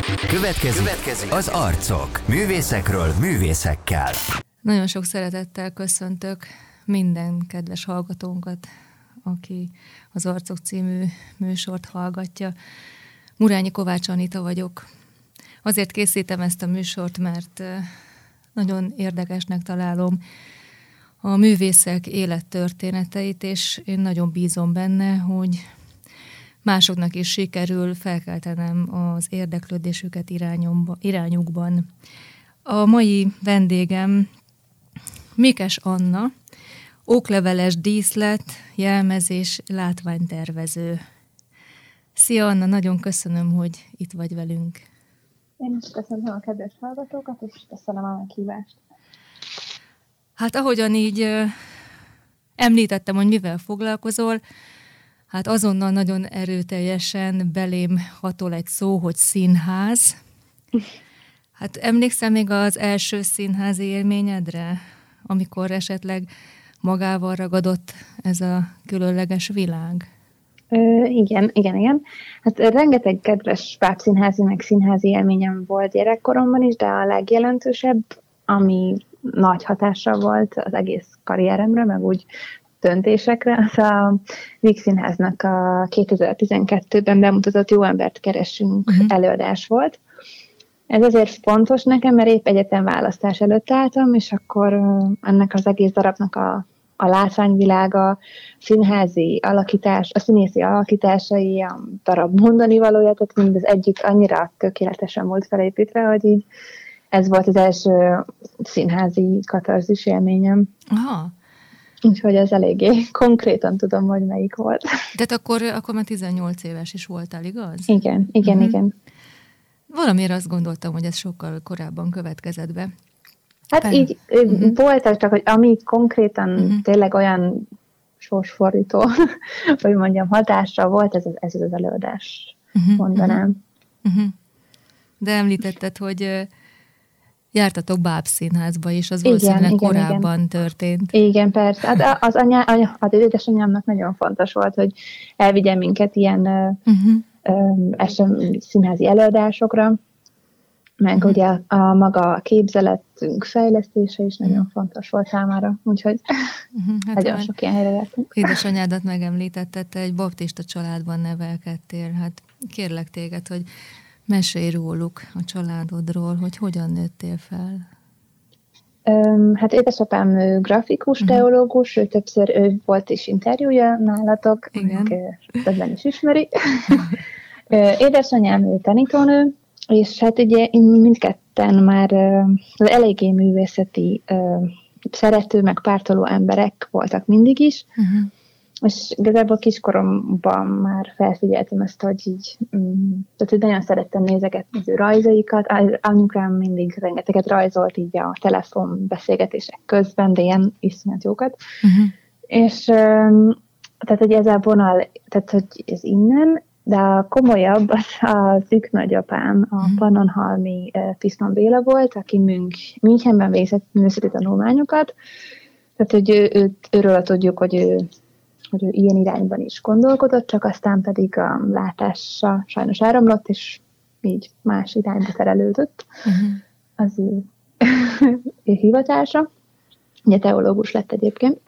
Következik az Arcok. Művészekről művészekkel. Nagyon sok szeretettel köszöntök minden kedves hallgatónkat, aki az Arcok című műsort hallgatja. Murányi Kovács Anita vagyok. Azért készítem ezt a műsort, mert nagyon érdekesnek találom a művészek élettörténeteit, és én nagyon bízom benne, hogy másoknak is sikerül felkeltenem az érdeklődésüket irányukban. A mai vendégem Mikes Anna, okleveles díszlet, jelmezés, látványtervező. Szia Anna, nagyon köszönöm, hogy itt vagy velünk. Én is köszönöm a kedves hallgatókat, és köszönöm a meghívást. Hát ahogyan így említettem, hogy mivel foglalkozol, hát azonnal nagyon erőteljesen belém hatol egy szó, hogy színház. Hát emlékszel még az első színházi élményedre, amikor esetleg magával ragadott ez a különleges világ? Igen. Hát rengeteg kedves bábszínházi, meg színházi élményem volt gyerekkoromban is, de a legjelentősebb, ami nagy hatással volt az egész karrieremre, meg úgy döntésekre, az a Víg Színháznak a 2012-ben bemutatott Jó embert keresünk előadás volt. Ez azért fontos nekem, mert épp egyetemválasztás előtt álltam, és akkor ennek az egész darabnak a látványvilága, színházi alakítás, a színészi alakításai, a darab mondani valója, tehát mindez együtt annyira tökéletesen volt felépítve, hogy így ez volt az első színházi katarzis élményem. Aha. Úgyhogy ez eléggé konkrétan tudom, hogy melyik volt. Tehát akkor már 18 éves is voltál, igaz? Igen. Valamiért azt gondoltam, hogy ez sokkal korábban következett be. Hát így volt, csak hogy ami konkrétan tényleg olyan sorsfordító, hogy mondjam, hatásra volt, ez az előadás, mondanám. De említetted, hogy jártatok bábszínházba is, az valószínűleg korábban történt. Igen, persze. Hát az édesanyámnak nagyon fontos volt, hogy elvigyen minket ilyen színházi előadásokra, meg ugye a maga képzeletünk fejlesztése is nagyon fontos volt számára, úgyhogy hát nagyon sok ilyen helyre jártunk. Édesanyádat megemlítetted, te egy baptista családban nevelkedtél, hát kérlek téged, hogy mesélj róluk, a családodról, hogy hogyan nőttél fel. Hát édesapám ő grafikus, teológus, ő volt is interjúja nálatok, többen is ismeri. Édesanyám ő tanítónő, és hát ugye mindketten már eléggé művészeti szerető, meg pártoló emberek voltak mindig is, és igazából kiskoromban már felfigyeltem ezt, hogy így, tehát hogy nagyon szerettem nézegetni az ő rajzaikat. Anyukám mindig rengeteget rajzolt így a telefonbeszélgetések közben, de ilyen iszonyat jókat. És tehát, hogy ez a vonal, tehát, hogy ez innen, de a komolyabb az nagyapám, a Pannonhalmi Pisznon Béla volt, aki Münchenben végzett művészeti tanulmányokat. Tehát, hogy őről tudjuk, hogy ő ilyen irányban is gondolkodott, csak aztán pedig a látása sajnos elromlott, és így más irányba terelődött az ő hivatása. Ugye teológus lett egyébként.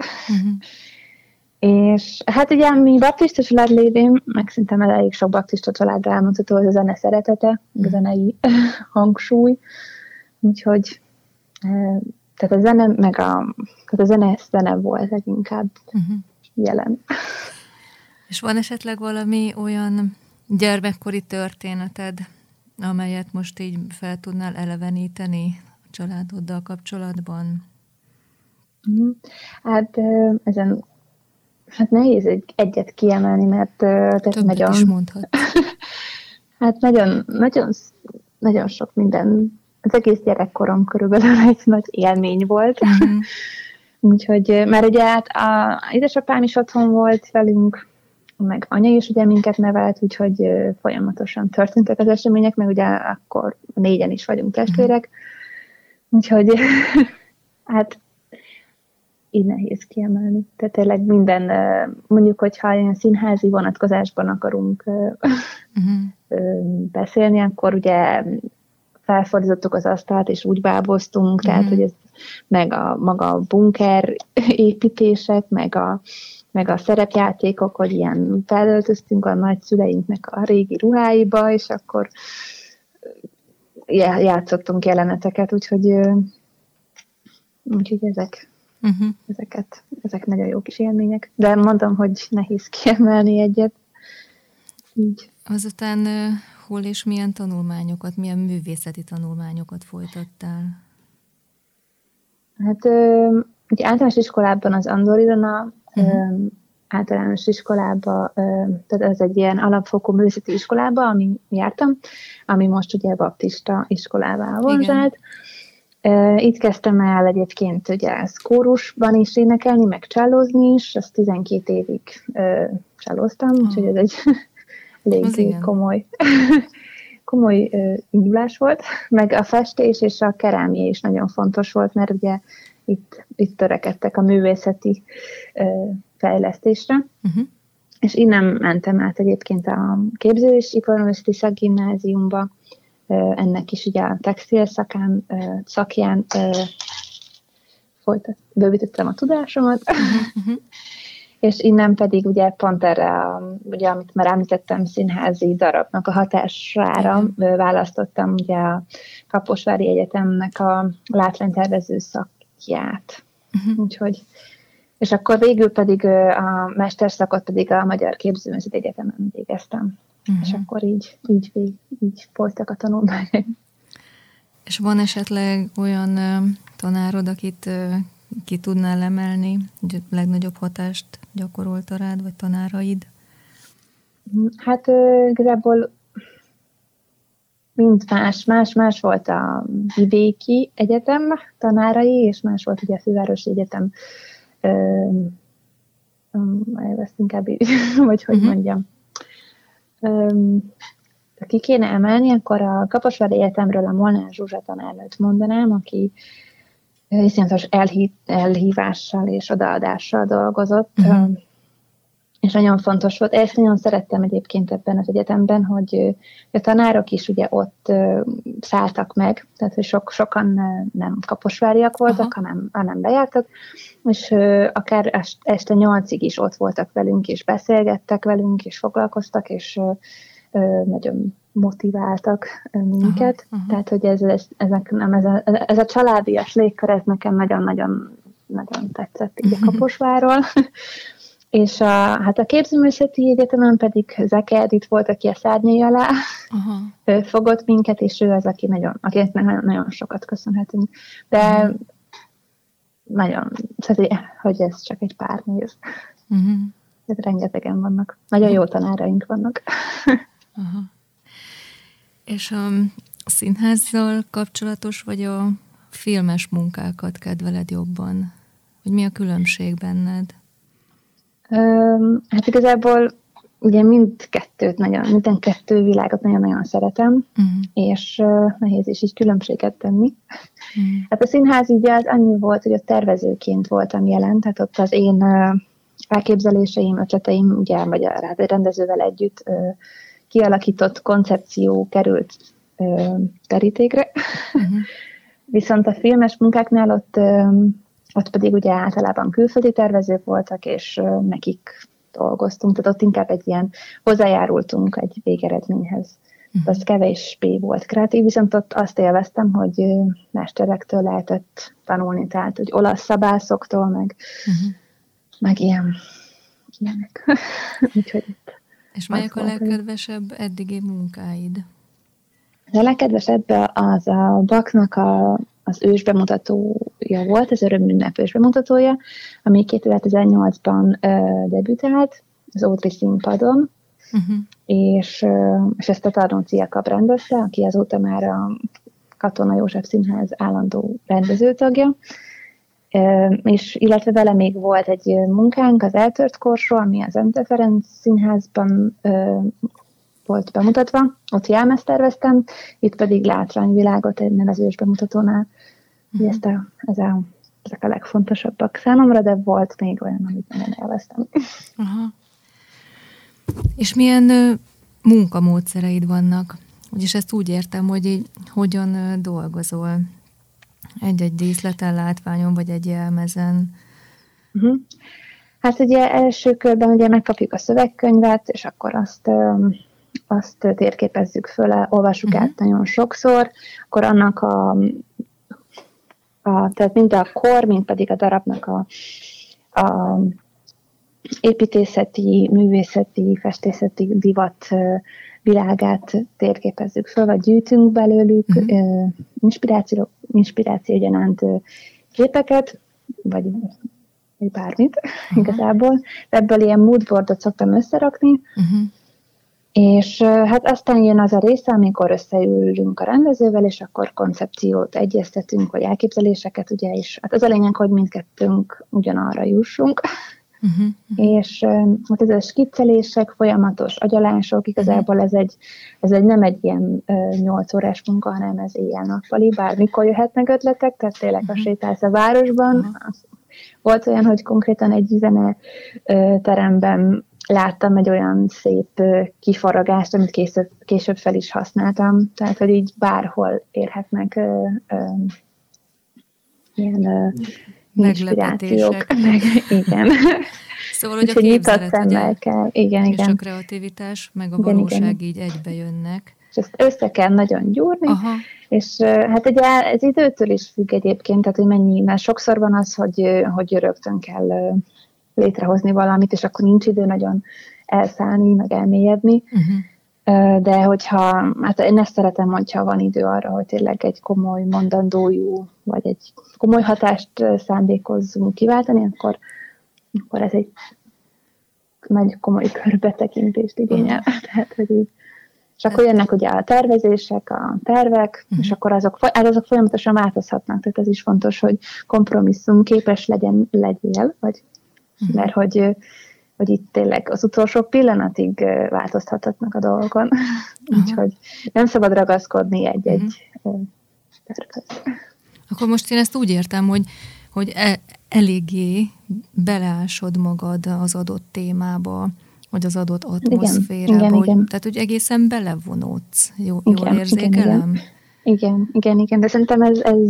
És hát ugye mi baptista család lévén, meg szerintem elég sok baptista családra elmondható, az a zene szeretete, a zenei hangsúly. Úgyhogy tehát a zene, tehát a zene volt leginkább jelen. És van esetleg valami olyan gyermekkori történeted, amelyet most így fel tudnál eleveníteni a családoddal kapcsolatban? Hát ezen nehéz egyet kiemelni, mert többet nagyon... is mondhat. Hát nagyon sok minden, az egész gyerekkorom körülbelül egy nagy élmény volt. Úgyhogy, mert ugye hát édesapám is otthon volt velünk, meg anya is ugye minket nevelt, úgyhogy folyamatosan történtek az események, meg ugye akkor 4-en is vagyunk testvérek. Úgyhogy hát így nehéz kiemelni. Tehát tényleg minden, mondjuk, hogyha ilyen színházi vonatkozásban akarunk beszélni, akkor ugye felfordítottuk az asztalt, és úgy báboztunk, tehát, hogy ez meg maga a bunker építések, meg a szerepjátékok, hogy ilyen felöltöztünk a nagyszüleinknek a régi ruháiba, és akkor játszottunk jeleneteket, úgyhogy ezek nagyon jó kis élmények. De mondom, hogy nehéz kiemelni egyet. Így. Azután hol és milyen tanulmányokat, milyen művészeti tanulmányokat folytattál? Hát ugye általános iskolában az Andor Ilona, általános iskolában, tehát ez egy ilyen alapfokú művészeti iskolába, ami jártam, ami most ugye baptista iskolává avanzsált. Itt kezdtem el egyébként ugye kórusban is énekelni, meg csellózni is, azt 12 évig csellóztam, úgyhogy ez egy elég komoly indulás volt, meg a festés és a kerámia is nagyon fontos volt, mert ugye itt törekedtek a művészeti fejlesztésre, és innen mentem át egyébként a Képző- és Iparművészeti Szakgimnáziumba, ennek is ugye a textil szakján bővítettem a tudásomat, és innen pedig ugye pont erre, ugye, amit már említettem, színházi darabnak a hatására választottam ugye a Kaposvári Egyetemnek a látványtervező szakját. Úgyhogy, és akkor végül pedig a mesterszakot pedig a Magyar Képzőművészeti Egyetemen végeztem. És akkor így folytak a tanulmányok. És van esetleg olyan tanárod, akit ki tudnál emelni, hogy a legnagyobb hatást gyakorolta rád, vagy tanáraid? Hát igazából mind más volt a vidéki egyetem tanárai, és más volt ugye a Fővárosi Egyetem, ezt inkább így, vagy hogy mondjam. Ki kéne emelni, akkor a Kaposvári Egyetemről a Molnár Zsuzsa tanárnőt mondanám, aki iszonyatos elhívással és odaadással dolgozott, és nagyon fontos volt. Ezt nagyon szerettem egyébként ebben az egyetemben, hogy a tanárok is ugye ott szálltak meg, tehát hogy sokan nem kaposváriak voltak, hanem bejártak, és akár este 8-ig is ott voltak velünk, és beszélgettek velünk, és foglalkoztak, és nagyon motiváltak minket. Tehát, hogy ez a családias légkör, ez nekem nagyon tetszett így a Kaposvárról. És hát a Képzőművészeti Egyetemen pedig Zeke Edith volt, aki a szárnyai alá fogott minket, és ő az, akinek nagyon sokat köszönhetünk. De nagyon, hogy ez csak egy pár név. Ez rengetegen vannak. Nagyon jó tanáraink vannak. És a színházzal kapcsolatos, vagy a filmes munkákat kedveled jobban? Vagy mi a különbség benned? Hát igazából ugye minden kettő világot nagyon-nagyon szeretem, és nehéz is így különbséget tenni. Hát a színház így az annyi volt, hogy ott tervezőként voltam jelen, tehát ott az én elképzeléseim, ötleteim, ugye, vagy a rendezővel együtt kialakított koncepció került terítékre. Viszont a filmes munkáknál ott pedig ugye általában külföldi tervezők voltak, és nekik dolgoztunk, tehát ott inkább egy ilyen hozzájárultunk egy végeredményhez. Az kevésbé volt kreatív, viszont ott azt élveztem, hogy mesterektől lehetett tanulni, tehát hogy olasz szabászoktól, meg ilyenek. Úgyhogy és melyek a legkedvesebb eddigi munkáid? A legkedvesebb az a Bachnak az ősbemutatója volt, az Örömünnep ősbemutatója, ami 2018-ban debütált az Ódri színpadon, és ezt a Tarnóci Jakab rendezte, aki azóta már a Katona József Színház állandó rendezőtagja, és illetve vele még volt egy munkánk, az Eltört korsó, ami az Ente Ferenc Színházban volt bemutatva, ott jelmezt terveztem, itt pedig látványvilágot ennél az ősbemutatónál. Ez a ezek a legfontosabbak számomra, de volt még olyan, amit nagyon élveztem. Aha. És milyen munkamódszereid vannak? Úgyis ezt úgy értem, hogy így hogyan dolgozol egy-egy díszleten, látványon, vagy egy jelmezen. Hát ugye első körben ugye megkapjuk a szövegkönyvet, és akkor azt térképezzük föl, olvassuk át nagyon sokszor, akkor annak tehát mind a kor, mind pedig a darabnak a építészeti, művészeti, festészeti divat világát térképezzük föl, vagy gyűjtünk belőlük inspiráció gyanánt képeket, vagy bármit igazából. Ebből ilyen moodboardot szoktam összerakni, és hát aztán jön az a része, amikor összeülünk a rendezővel, és akkor koncepciót egyeztetünk, vagy elképzeléseket, ugye, és hát az a lényeg, hogy mindkettőnk ugyanarra jussunk. És hát ez a skiccelések, folyamatos agyalások, igazából ez egy nem egy ilyen 8 órás munka, hanem ez éjjel-nappali, bármikor jöhetnek ötletek, tehát tényleg ha sétálsz a városban. Volt olyan, hogy konkrétan egy zeneteremben láttam egy olyan szép kifaragást, amit később fel is használtam, tehát hogy így bárhol érhetnek ilyen inspirációk. Igen. Szóval, hogy a képzelet, ugye? Igen. És a kreativitás, meg a valóság így egybejönnek. És ezt össze kell nagyon gyúrni, és hát ugye ez időtől is függ egyébként, tehát hogy mennyi, mert sokszor van az, hogy rögtön kell létrehozni valamit, és akkor nincs idő nagyon elszállni, meg elmélyedni. De hogyha, hát én ezt szeretem, hogyha van idő arra, hogy tényleg egy komoly mondandójú, vagy egy komoly hatást szándékozzunk kiváltani, akkor ez egy nagy komoly körbetekintést igényel. Tehát, hogy így. És akkor jönnek ugye a tervezések, a tervek, és akkor azok folyamatosan változhatnak. Tehát ez is fontos, hogy kompromisszum képes legyél, vagy mert hogy itt tényleg az utolsó pillanatig változtathatnak a dolgokon. Úgyhogy nem szabad ragaszkodni egy-egy tervhez. Akkor most én ezt úgy értem, hogy eléggé beleásod magad az adott témába, vagy az adott atmoszférába. Igen. Tehát, hogy egészen belevonódsz. Jól érzékelem? Igen. De szerintem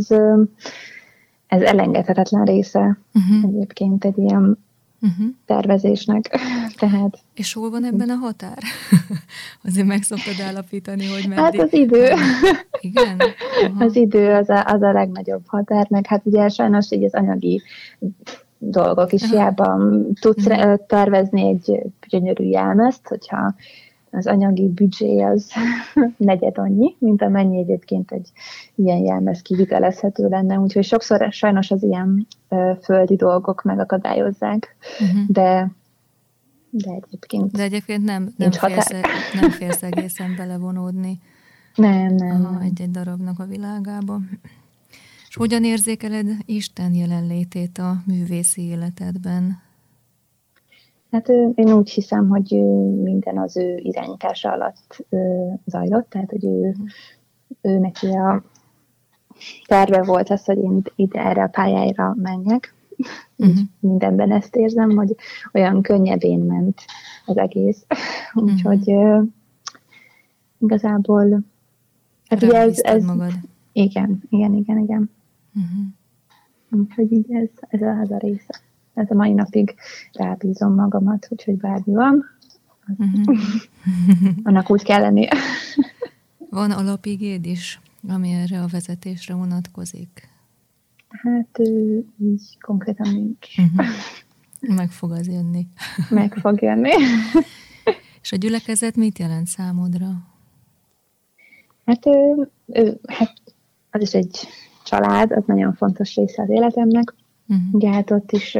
ez elengedhetetlen része egyébként egy ilyen tervezésnek. Tehát... És hol van ebben a határ? Azért meg szoktad állapítani, hogy meddig... Hát az idő. Igen? Az idő az a legnagyobb határ, meg hát ugye sajnos így az anyagi dolgok is hiába tudsz tervezni egy gyönyörű jelmezt, hogyha az anyagi büdzsé az negyed annyi, mint amennyi egyébként egy ilyen jelmez kivitelezhető lenne, úgyhogy sokszor sajnos az ilyen földi dolgok megakadályozzák, de egyébként... De egyébként nem félsz egészen belevonódni nem. egy darabnak a világába. És hogyan érzékeled Isten jelenlétét a művészi életedben? Hát én úgy hiszem, hogy minden az ő irányítása alatt zajlott, tehát hogy ő neki a terve volt az, hogy én ide erre a pályára menjek. Mindenben ezt érzem, hogy olyan könnyedén ment az egész. Úgyhogy igazából... Hát ugye ez magad. Igen. Úgyhogy így ez a része. Ez a mai napig rábízom magamat, úgyhogy bármi van, annak úgy kell lennie. Van alapigéd is, ami erre a vezetésre vonatkozik? Hát így konkrétan nincs. Meg fog az jönni. Meg fog jönni. És a gyülekezet mit jelent számodra? Hát az is egy család, az nagyon fontos része az életemnek. Ugye hát ott is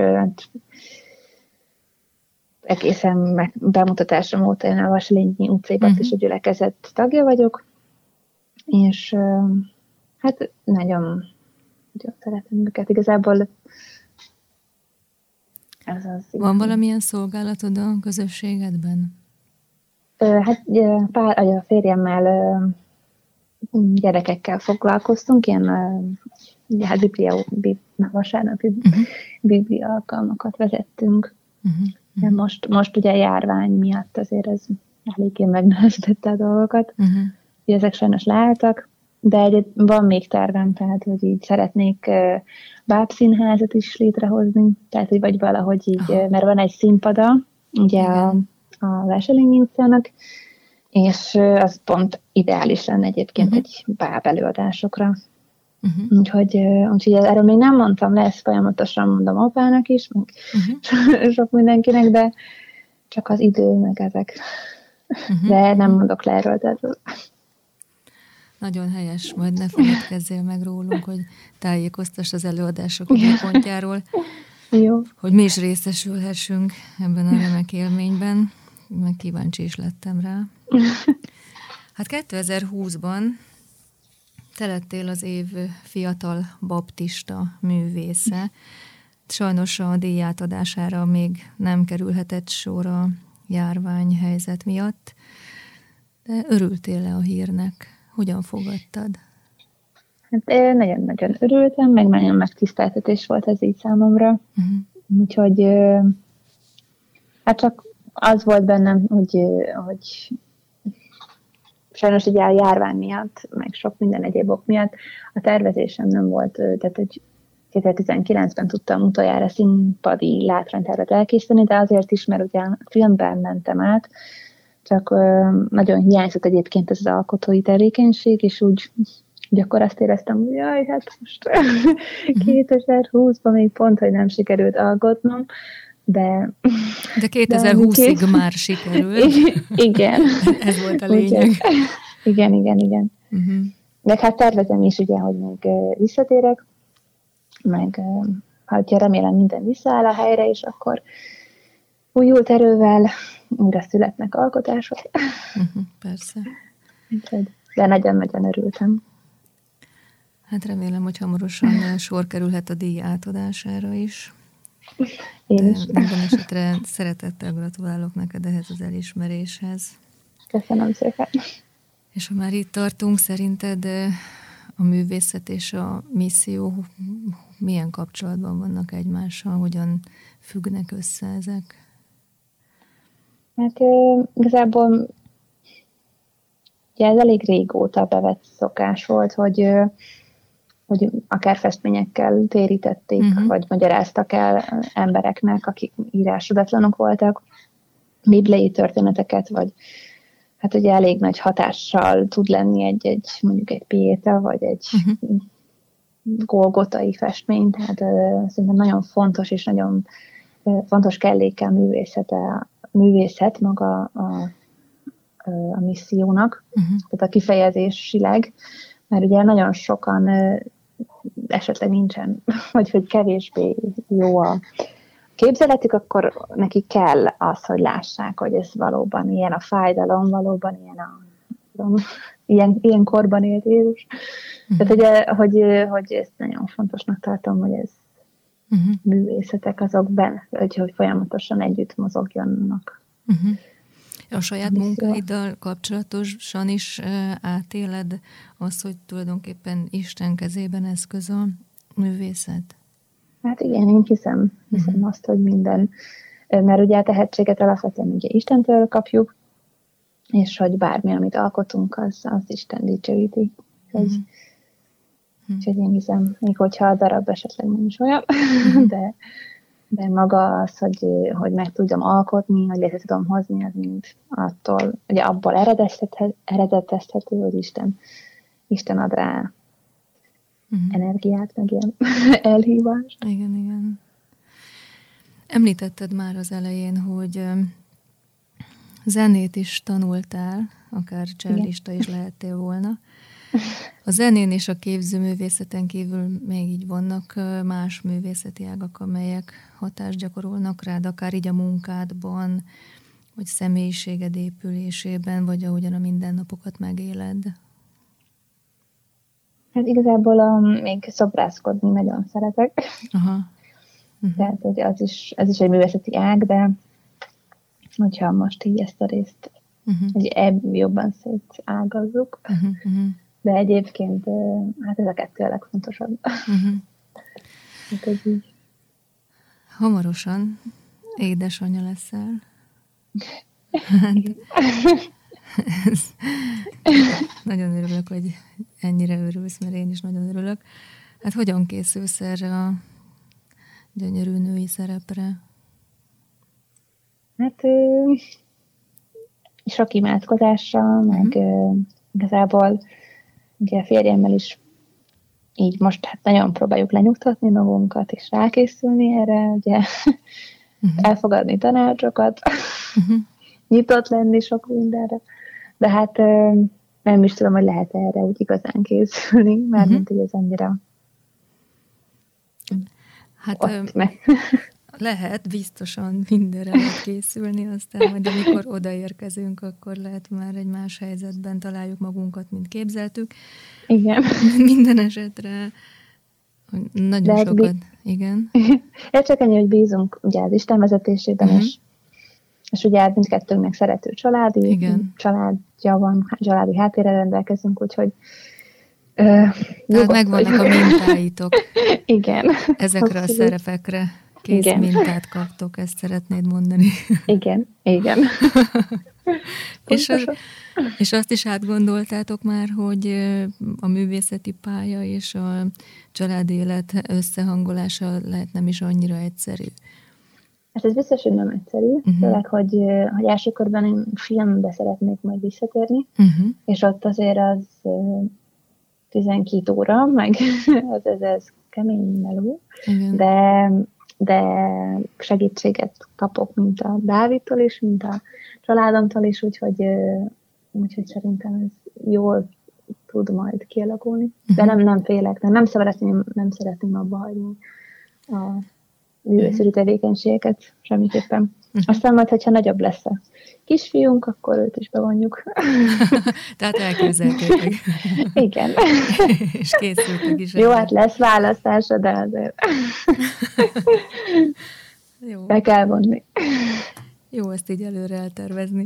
egészen bemutatásom óta én a Vasilényi utcában is a gyülekezet tagja vagyok, és hát nagyon szeretem őket. Igazából ez az... Van valamilyen szolgálatod a közösségedben? Hát a férjemmel gyerekekkel foglalkoztunk, ilyen ugye hát vasárnapi biblia alkalmakat vezettünk. De most ugye járvány miatt azért ez eléggé megnehezítette a dolgokat. Ugye ezek sajnos leálltak, de van még tervem, tehát hogy így szeretnék bábszínházat is létrehozni, tehát hogy vagy valahogy így, mert van egy színpada, ugye a Veselényi utcának, és az pont ideális lenne egyébként egy báb előadásokra. Úgyhogy erről még nem mondtam le, ezt folyamatosan mondom apának is, meg sok mindenkinek, de csak az idő, meg ezek. De nem mondok le erről, de nagyon helyes, majd ne feledkezzél meg rólunk, hogy tájékoztass az előadások időpontjáról, jó. Hogy mi is részesülhessünk ebben a remek élményben, meg kíváncsi is lettem rá. Hát 2020-ban te lettél az év fiatal baptista művésze. Sajnos a díj átadására még nem kerülhetett sor a járványhelyzet miatt, de örültél-e a hírnek? Hogyan fogadtad? Hát nagyon-nagyon örültem, meg nagyon megtiszteltetés volt ez így számomra. Úgyhogy hát csak az volt bennem, hogy sajnos ugye a járvány miatt, meg sok minden egyéb ok miatt a tervezésem nem volt, tehát hogy 2019-ben tudtam utoljára színpadi látványtervet elkészíteni, de azért is, mert ugye filmben mentem át, csak nagyon hiányzott egyébként ez az alkotói tevékenység, és úgy akkor azt éreztem, hogy jaj, hát most 2020-ban még pont, hogy nem sikerült alkotnom, de 2020-ig már sikerült. Igen. Ez volt a lényeg. Igen. Meg hát tervezem is ugye, hogy még visszatérek, meg ha remélem minden visszaáll a helyre, és akkor újult erővel újra születnek alkotások. Persze. De nagyon-nagyon örültem. Hát remélem, hogy hamarosan sor kerülhet a díj átadására is. Én is. Minden esetre szeretettel gratulálok neked ehhez az elismeréshez. Köszönöm szépen. És ha már itt tartunk, szerinted a művészet és a misszió milyen kapcsolatban vannak egymással? Hogyan függnek össze ezek? Hát igazából ugye ez elég régóta bevett szokás volt, hogy akár festményekkel térítették, vagy magyaráztak el embereknek, akik írástudatlanok voltak, bibliai történeteket, vagy hát ugye elég nagy hatással tud lenni mondjuk egy Pieta, vagy egy golgotai festmény, tehát szerintem nagyon fontos és nagyon fontos kelléke művészet maga a missziónak, tehát a kifejezésileg, mert ugye nagyon sokan esetleg nincsen, vagy hogy kevésbé jó a képzeletük, akkor neki kell az, hogy lássák, hogy ez valóban ilyen a fájdalom, valóban ilyen korban élt Jézus. Tehát ugye, hogy ezt nagyon fontosnak tartom, hogy ez művészetek azokban, hogy folyamatosan együtt mozogjanak. A saját munkáiddal kapcsolatosan is átéled azt, hogy tulajdonképpen Isten kezében eszköz a művészet? Hát igen, én hiszem azt, hogy minden, mert ugye a tehetséget alapvetően ugye Istentől kapjuk, és hogy bármi, amit alkotunk, az Isten dicsőíti. Úgyhogy én hiszem, még hogyha a darab esetleg nem is olyan, de maga az, hogy meg tudjam alkotni, hogy létre tudom hozni, az mind attól, ugye abból eredetezhető, hogy Isten ad rá energiát, meg ilyen elhívást. Igen. Említetted már az elején, hogy zenét is tanultál, akár csellista is lehettél volna. A zenén és a képzőművészeten kívül még így vannak más művészeti ágak, amelyek hatást gyakorolnak rád, akár így a munkádban, vagy személyiséged épülésében, vagy ahogyan a mindennapokat megéled? Hát igazából még szobrászkodni nagyon szeretek. Aha. Tehát hogy ez is egy művészeti ág, de hogyha most így ezt a részt hogy jobban szétágazzuk, De egyébként hát ez a kettő a legfontosabb. Hát ez így. Hamarosan édesanyja leszel. Nagyon örülök, hogy ennyire örülsz, mert én is nagyon örülök. Hát hogyan készülsz erre a gyönyörű női szerepre? Hát sok imádkozással, meg igazából ugye a férjemmel is így most hát nagyon próbáljuk lenyugtatni magunkat, és rákészülni erre, ugye elfogadni tanácsokat, nyitott lenni sok mindenre, de hát nem is tudom, hogy lehet erre úgy igazán készülni, mert mint hogy ez annyira hát lehet, biztosan mindenre lehet készülni, aztán majd amikor odaérkezünk, akkor lehet már egy más helyzetben találjuk magunkat, mint képzeltük. Igen. Minden esetre nagyon sokat, igen. Ez csak ennyi, hogy bízunk ugye az Isten vezetésében, és ugye mindkettőnknek szerető családja van, családi háttérrel rendelkezünk, úgyhogy tehát megvannak a mintáitok. Igen. Ezekre a szerepekre kész mintát kaptok, ezt szeretnéd mondani. Igen. És azt is átgondoltátok már, hogy a művészeti pálya és a családi élet összehangolása lehet nem is annyira egyszerű. Hát ez biztos, hogy nem egyszerű, főleg, hogy első körben én filmbe szeretnék majd visszatérni, és ott azért az 12 óra, meg ez kemény meló, de segítséget kapok, mint a Dávidtól is, mint a családomtól is, úgyhogy szerintem ez jól tud majd kialakulni. De nem félek, de nem szeretném abba hagyni a művészeti tevékenységeket semmiképpen. Aztán majd, hogyha nagyobb lesz a kisfiunk, akkor őt is bevonjuk. Tehát elképzeltétek. Igen. És készültek is. Jó, hát lesz választása, de azért jó. Be kell vonni. Jó ezt így előre eltervezni.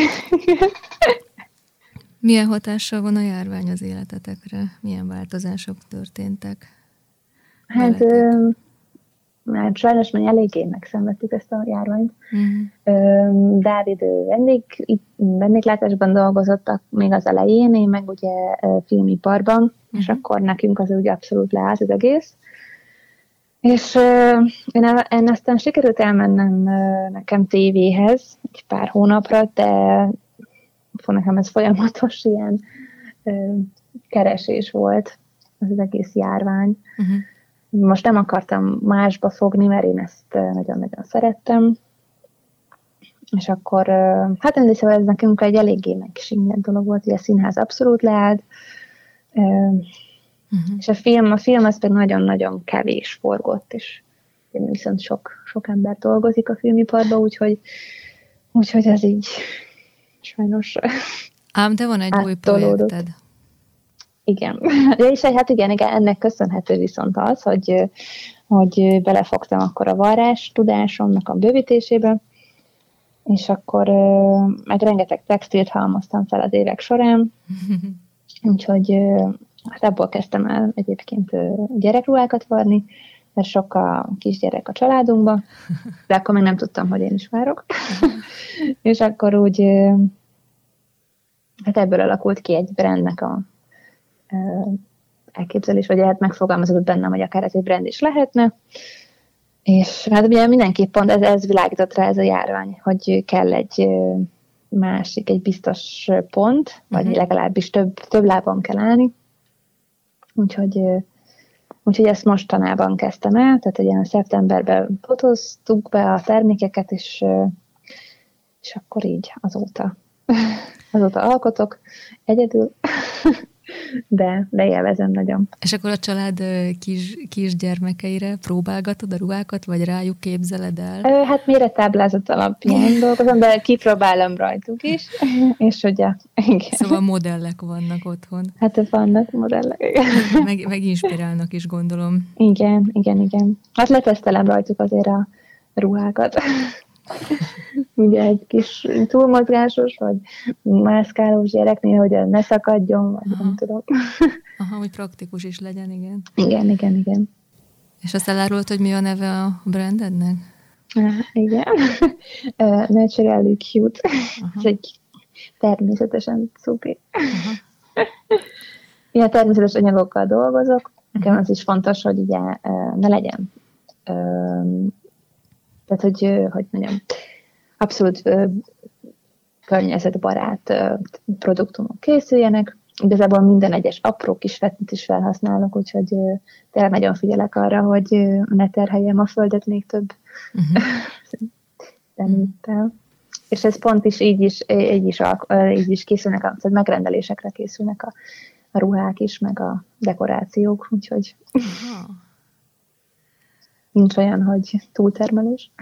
Milyen hatással van a járvány az életetekre? Milyen változások történtek? Hát sajnos már eléggé megszenvedtük ezt a járványt. Dávid vendéglátásban dolgozottak még az elején, én meg ugye filmiparban, és akkor nekünk az úgy abszolút leállt az egész. És én aztán sikerült elmennem nekem tévéhez egy pár hónapra, de nekem ez folyamatos ilyen keresés volt, az egész járvány. Most nem akartam másba fogni, mert én ezt nagyon-nagyon szerettem. És akkor, hát emlékszem, ez nekünk egy eléggé megsingett dolog volt, hogy a színház abszolút leállt, és a film az pedig nagyon-nagyon kevés forgott, és viszont sok ember dolgozik a filmiparban, úgyhogy ez így sajnos ám de van egy új projekted. Igen. És hát igen, ennek köszönhető viszont az, hogy belefogtam akkor a varrás tudásomnak a bővítésébe, és akkor meg rengeteg textilt halmoztam fel az évek során, úgyhogy hát abból kezdtem el egyébként gyerekruhákat varni, mert sok a kisgyerek a családunkban, de akkor még nem tudtam, hogy én is várok. És akkor úgy hát ebből alakult ki egy brandnek a elképzelés, vagy hát megfogalmazott bennem, hogy akár ez egy brand is lehetne. És hát ugye mindenképp pont ez világított rá ez a járvány, hogy kell egy másik, egy biztos pont, vagy legalábbis több lábon kell állni. Úgyhogy ezt mostanában kezdtem el, tehát ugye szeptemberben fotóztuk be a termékeket, és akkor így azóta alkotok egyedül, de élvezem nagyon. És akkor a család kisgyermekeire próbálgatod a ruhákat, vagy rájuk képzeled el? Hát mérettáblázat alapján dolgozom, de kipróbálom rajtuk is, és ugye, igen. Szóval modellek vannak otthon. Hát vannak modellek, igen. Meg inspirálnak is, gondolom. Igen. Hát letesztelem rajtuk azért a ruhákat. ugye egy kis túlmozgásos, vagy mászkálós gyereknél, hogy ne szakadjon, vagy nem tudom. Aha, hogy praktikus is legyen, igen. Igen. És azt elárult, hogy mi a neve a brandednek? Igen. Naturally cute. Ez egy természetesen cupi. Ilyen természetes anyagokkal dolgozok. Nekem az is fontos, hogy ugye ne legyen. Tehát, hogy mondjam, abszolút környezetbarát produktumok készüljenek. Igazából minden egyes apró kis fettet is felhasználok, úgyhogy tényleg nagyon figyelek arra, hogy ne terheljem a földet még több szeméttel. És ez pont is így is készülnek, tehát megrendelésekre készülnek a ruhák is, meg a dekorációk, úgyhogy nincs olyan, hogy túltermelés.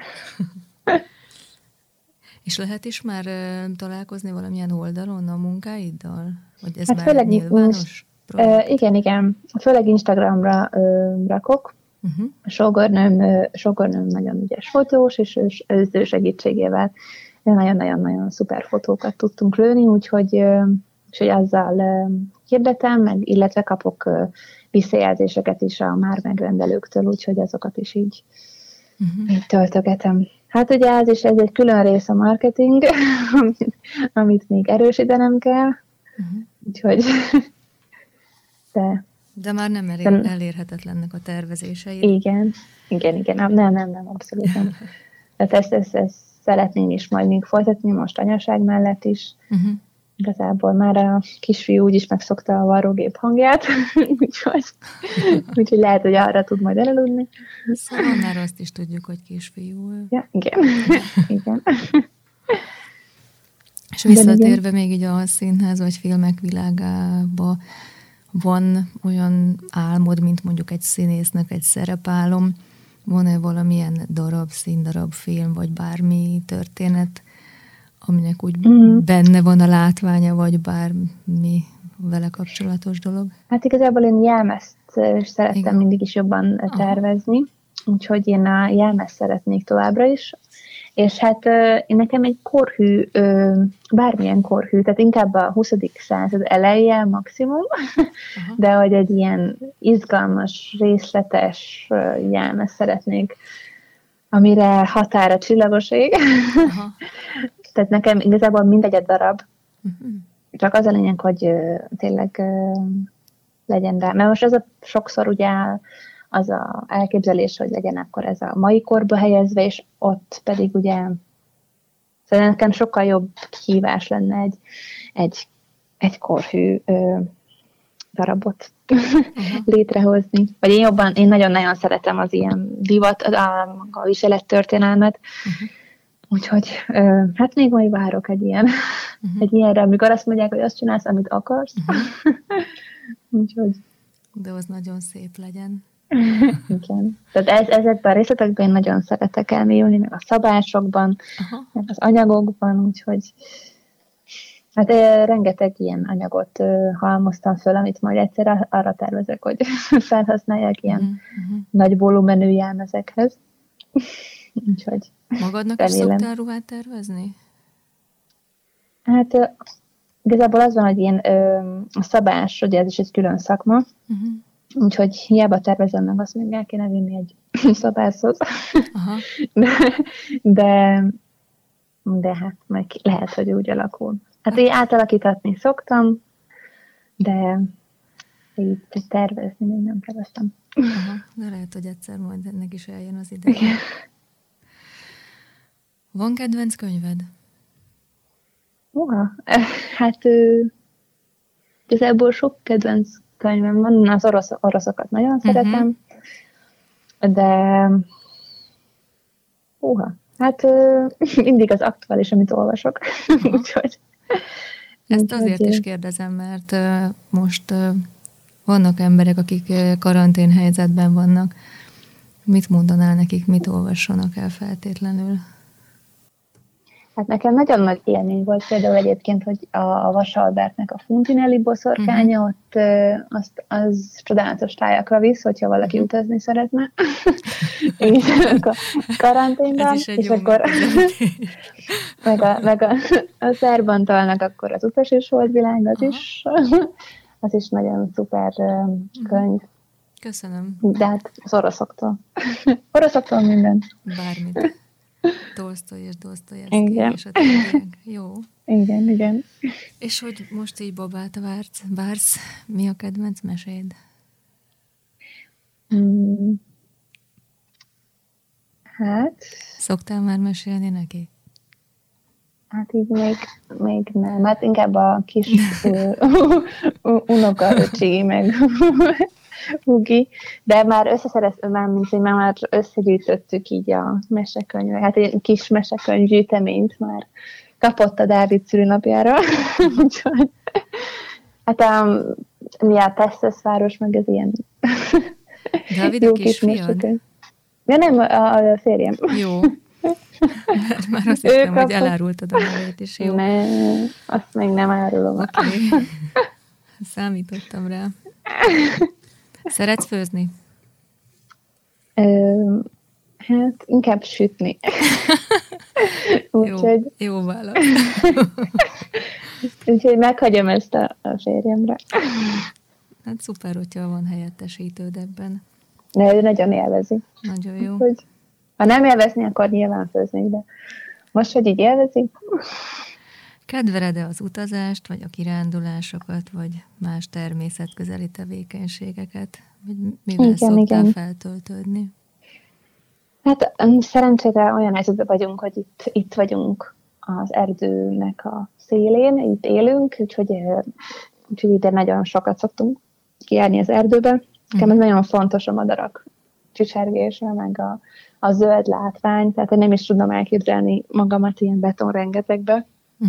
És lehet is már találkozni valamilyen oldalon a munkáiddal? Vagy ez Hát már főleg nyilvános? Igen. Főleg Instagramra rakok. A sógornőm nagyon ügyes fotós, és ő segítségével nagyon-nagyon szuper fotókat tudtunk lőni, úgyhogy azzal hirdetem, meg, illetve kapok visszajelzéseket is a már megrendelőktől, úgyhogy azokat is így töltögetem. Hát ugye ez egy külön rész a marketing, amit még erősítenem kell, úgyhogy de már nem elérhetetlennek a tervezéseid. Igen. Nem, abszolút nem. Tehát ezt szeretném is majd még folytatni, most anyaság mellett is. Igazából már a kisfiú úgyis megszokta a varrógép hangját, úgyhogy lehet, hogy arra tud majd elaludni. Szóval már azt is tudjuk, hogy kisfiú. Ja, igen. És visszatérve még így a színház vagy filmek világába, van olyan álmod, mint mondjuk egy színésznek egy szerepálom? Van-e valamilyen darab, színdarab, film, vagy bármi történet, aminek úgy benne van a látványa, vagy bármi vele kapcsolatos dolog? Hát igazából én jelmezt szerettem mindig is jobban tervezni, úgyhogy én a jelmezt szeretnék továbbra is. És hát nekem egy korhű, bármilyen korhű, tehát inkább a 20. század eleje maximum, de hogy egy ilyen izgalmas, részletes jelmez szeretnék, amire határ a csillagos ég. Tehát nekem igazából mindegy a darab. Csak az a lényeg, hogy tényleg legyen rá. Mert most ez a sokszor ugye az a elképzelés, hogy legyen akkor ez a mai korba helyezve, és ott pedig ugye szóval nekem sokkal jobb kihívás lenne egy korhű darabot létrehozni. Vagy én nagyon-nagyon szeretem az ilyen divat, a viselettörténelmet, úgyhogy hát még majd várok egy ilyenre, amikor azt mondják, hogy azt csinálsz, amit akarsz. Úgyhogy. De az nagyon szép legyen. Igen. Tehát ezekben a részletekben én nagyon szeretek elmélyülni, meg a szabásokban, meg az anyagokban, úgyhogy hát rengeteg ilyen anyagot halmoztam föl, amit majd egyszer arra tervezek, hogy felhasználják ilyen nagy volumenű jelmezekhez. Úgyhogy magadnak is szoktál ruhát tervezni? Hát igazából az van, hogy ilyen a szabás, ugye ez is egy külön szakma, úgyhogy hiába tervezem meg, azt még el kéne vinni egy szabászhoz. De hát meg lehet, hogy úgy alakul. Hát én átalakítani szoktam, de így tervezni még nem terveztem. De lehet, hogy egyszer majd ennek is eljön az ideje. Van kedvenc könyved? Hát igazából sok kedvenc könyvem van, az oroszokat nagyon szeretem, de hát mindig az aktuális, amit olvasok. Úgyhogy ezt azért is kérdezem, mert most vannak emberek, akik karanténhelyzetben vannak. Mit mondanál nekik, mit olvassanak el feltétlenül? Hát nekem nagyon nagy élmény volt például egyébként, hogy a Vasalbertnek a Funtinelli boszorkánya, ott az csodálatos tájakra visz, hogyha valaki utazni szeretne. És a karanténban, és akkor meg a Szerbantalnak akkor az Utas és Holdvilág, az is nagyon szuper könyv. Köszönöm. De hát az oroszoktól minden. Bármit. Tolsztoj és Dosztojevszky és a többiek. Jó. Igen. És hogy most így babát vársz, mi a kedvenc meséd? Hát... Szoktál már mesélni neki? Hát így még nem. Hát inkább a kis unokaöcsi, meg Ugi, de már már összegyűjtöttük így a mesekönyvet. Hát egy kis mesekönyvgyűjteményt már kapott a Dávid szülőnapjára. Úgyhogy hát mi a Texas-város, meg ez ilyen Dávid a kisfiad? Ja nem, a férjem. Jó. Már azt hiszem, hogy elárultad a nevét is. Jó. Nem, azt még nem árulom. Okay. Számítottam rá. Szeretsz főzni? Hát inkább sütni. Jó válasz. Úgyhogy meghagyom ezt a férjemre. Hát szuper, hogyha van helyettesítőd ebben. De ő nagyon élvezi. Nagyon jó. Úgyhogy, ha nem élvezni, akkor nyilván főznék, de most, hogy így élvezik. Kedveled-e az utazást, vagy a kirándulásokat, vagy más természetközeli tevékenységeket? Vagy mivel szoktál feltöltődni? Hát szerencsére olyan helyzetben vagyunk, hogy itt vagyunk az erdőnek a szélén, itt élünk, úgyhogy ide nagyon sokat szoktunk kijárni az erdőbe. Nekem ez nagyon fontos a madarak csicsergése, meg a zöld látvány, tehát én nem is tudom elképzelni magamat ilyen betonrengetegbe.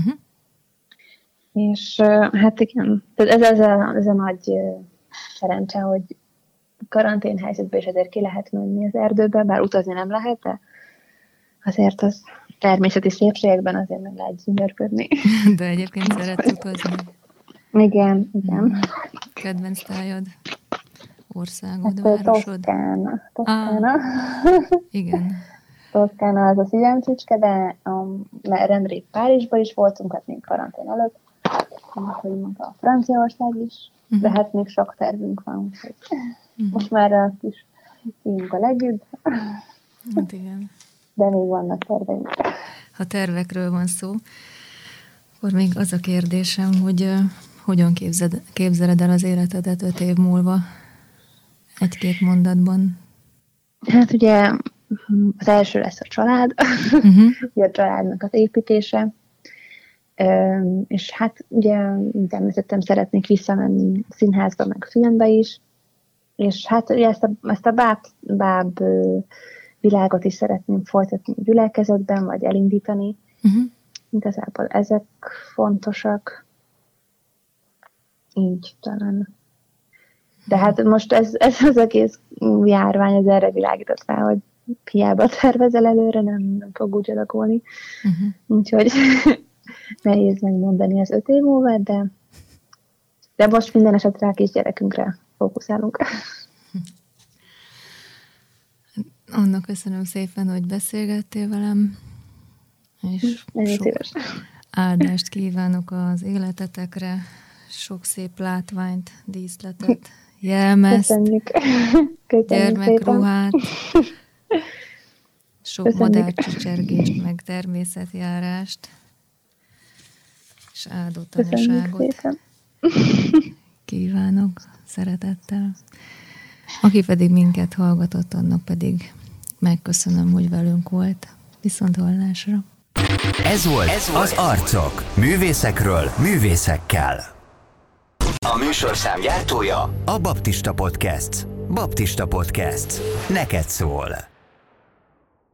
És hát igen, tehát ez a nagy szerencse, hogy karantén helyzetben is azért ki lehet menni az erdőbe, bár utazni nem lehet, de azért az természeti szépségekben azért meg lehet gyönyörködni. De egyébként szeretsz utazni? Igen. Kedvenc tájad? Országod, városod? Toszkána. Igen. Toszkána az a szívem csücske, de nemrég Párizsban is voltunk, hát még karantén előtt. Hogy maga a Franciaország is, de hát még sok tervünk van, úgyhogy most már a kis fiunk a legjobb. Hát igen. De még vannak terveink. Ha tervekről van szó, akkor még az a kérdésem, hogy hogyan képzeled el az életedet 5 év múlva? 1-2 mondatban. Hát ugye az első lesz a család, ugye a családnak az építése, és hát ugye természetesen szeretnék visszamenni színházba, meg filmbe is, és hát ugye ezt a báb világot is szeretném folytatni a gyülekezetben, vagy elindítani. Igazából ezek fontosak. Így talán. De hát most ez az egész járvány, ez erre világított rá, hogy hiába tervezel előre, nem fog úgy alakulni. Úgyhogy nehéz megmondani az 5 év múlva, de most minden esetre a kisgyerekünkre fókuszálunk. Anna, köszönöm szépen, hogy beszélgettél velem, és sok áldást kívánok az életetekre, sok szép látványt, díszletet, jelmezt, gyermekruhát, sok madárcsicsergést, meg természetjárást, és áldott anyaságot kívánok szeretettel. Aki pedig minket hallgatott, annak pedig megköszönöm, hogy velünk volt. Viszonthallásra. Ez volt az Arcok. Művészekről, művészekkel. A műsorszám gyártója a Baptista Podcast. Baptista Podcast. Neked szól.